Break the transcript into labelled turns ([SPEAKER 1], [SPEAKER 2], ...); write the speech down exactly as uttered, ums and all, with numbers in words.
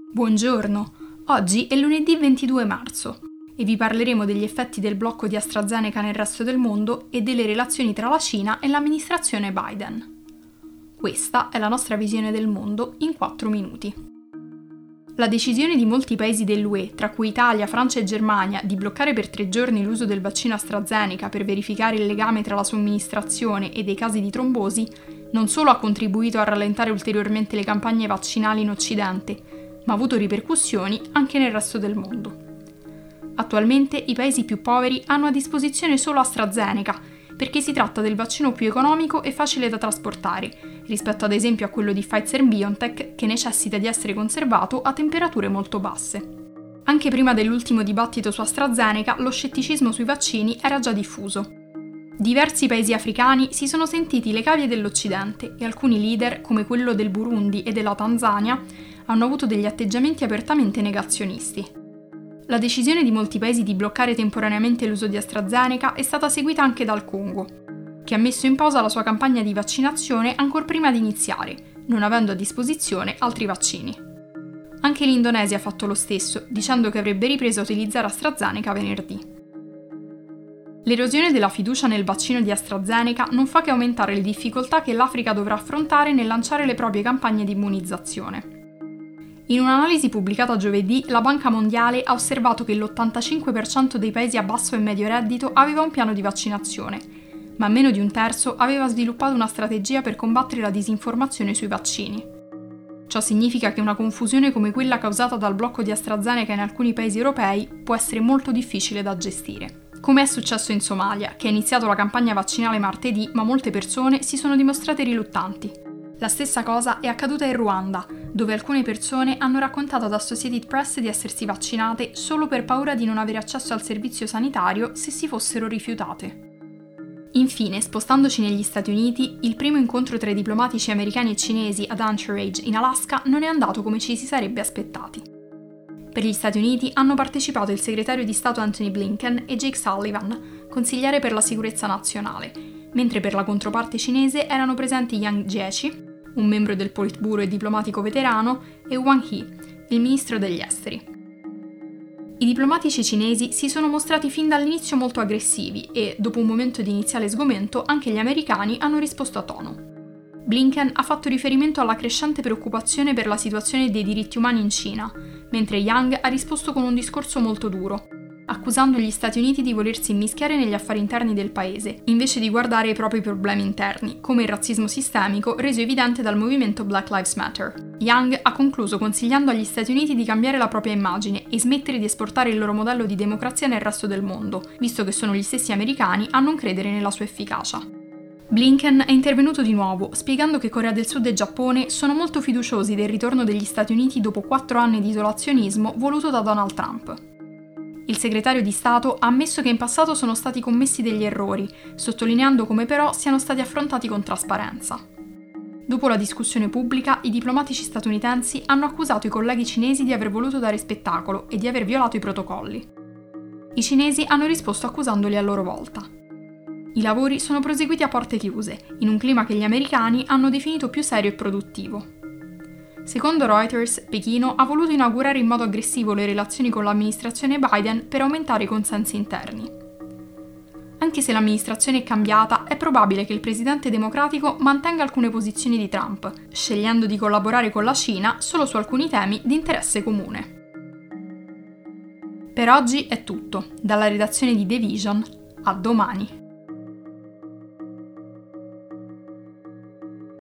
[SPEAKER 1] Buongiorno, oggi è lunedì ventidue marzo e vi parleremo degli effetti del blocco di AstraZeneca nel resto del mondo e delle relazioni tra la Cina e l'amministrazione Biden. Questa è la nostra visione del mondo in quattro minuti. La decisione di molti paesi dell'U E, tra cui Italia, Francia e Germania, di bloccare per tre giorni l'uso del vaccino AstraZeneca per verificare il legame tra la somministrazione e dei casi di trombosi, non solo ha contribuito a rallentare ulteriormente le campagne vaccinali in Occidente, ma ha avuto ripercussioni anche nel resto del mondo. Attualmente i paesi più poveri hanno a disposizione solo AstraZeneca, perché si tratta del vaccino più economico e facile da trasportare, rispetto ad esempio a quello di Pfizer-BioNTech, che necessita di essere conservato a temperature molto basse. Anche prima dell'ultimo dibattito su AstraZeneca, lo scetticismo sui vaccini era già diffuso. Diversi paesi africani si sono sentiti le cavie dell'Occidente e alcuni leader, come quello del Burundi e della Tanzania, hanno avuto degli atteggiamenti apertamente negazionisti. La decisione di molti paesi di bloccare temporaneamente l'uso di AstraZeneca è stata seguita anche dal Congo, che ha messo in pausa la sua campagna di vaccinazione ancor prima di iniziare, non avendo a disposizione altri vaccini. Anche l'Indonesia ha fatto lo stesso, dicendo che avrebbe ripreso a utilizzare AstraZeneca venerdì. L'erosione della fiducia nel vaccino di AstraZeneca non fa che aumentare le difficoltà che l'Africa dovrà affrontare nel lanciare le proprie campagne di immunizzazione. In un'analisi pubblicata giovedì, la Banca Mondiale ha osservato che l'ottantacinque per cento dei paesi a basso e medio reddito aveva un piano di vaccinazione, ma meno di un terzo aveva sviluppato una strategia per combattere la disinformazione sui vaccini. Ciò significa che una confusione come quella causata dal blocco di AstraZeneca in alcuni paesi europei può essere molto difficile da gestire. Come è successo in Somalia, che ha iniziato la campagna vaccinale martedì, ma molte persone si sono dimostrate riluttanti. La stessa cosa è accaduta in Ruanda, dove alcune persone hanno raccontato ad Associated Press di essersi vaccinate solo per paura di non avere accesso al servizio sanitario se si fossero rifiutate. Infine, spostandoci negli Stati Uniti, il primo incontro tra i diplomatici americani e cinesi ad Anchorage, in Alaska, non è andato come ci si sarebbe aspettati. Per gli Stati Uniti hanno partecipato il segretario di Stato Antony Blinken e Jake Sullivan, consigliere per la sicurezza nazionale, mentre per la controparte cinese erano presenti Yang Jiechi, un membro del Politburo e diplomatico veterano, e Wang Yi, il ministro degli esteri. I diplomatici cinesi si sono mostrati fin dall'inizio molto aggressivi e, dopo un momento di iniziale sgomento, anche gli americani hanno risposto a tono. Blinken ha fatto riferimento alla crescente preoccupazione per la situazione dei diritti umani in Cina, mentre Yang ha risposto con un discorso molto duro, accusando gli Stati Uniti di volersi immischiare negli affari interni del paese, invece di guardare ai propri problemi interni, come il razzismo sistemico reso evidente dal movimento Black Lives Matter. Yang ha concluso consigliando agli Stati Uniti di cambiare la propria immagine e smettere di esportare il loro modello di democrazia nel resto del mondo, visto che sono gli stessi americani a non credere nella sua efficacia. Blinken è intervenuto di nuovo, spiegando che Corea del Sud e Giappone sono molto fiduciosi del ritorno degli Stati Uniti dopo quattro anni di isolazionismo voluto da Donald Trump. Il segretario di Stato ha ammesso che in passato sono stati commessi degli errori, sottolineando come però siano stati affrontati con trasparenza. Dopo la discussione pubblica, i diplomatici statunitensi hanno accusato i colleghi cinesi di aver voluto dare spettacolo e di aver violato i protocolli. I cinesi hanno risposto accusandoli a loro volta. I lavori sono proseguiti a porte chiuse, in un clima che gli americani hanno definito più serio e produttivo. Secondo Reuters, Pechino ha voluto inaugurare in modo aggressivo le relazioni con l'amministrazione Biden per aumentare i consensi interni. Anche se l'amministrazione è cambiata, è probabile che il presidente democratico mantenga alcune posizioni di Trump, scegliendo di collaborare con la Cina solo su alcuni temi di interesse comune. Per oggi è tutto. Dalla redazione di The Vision, a domani.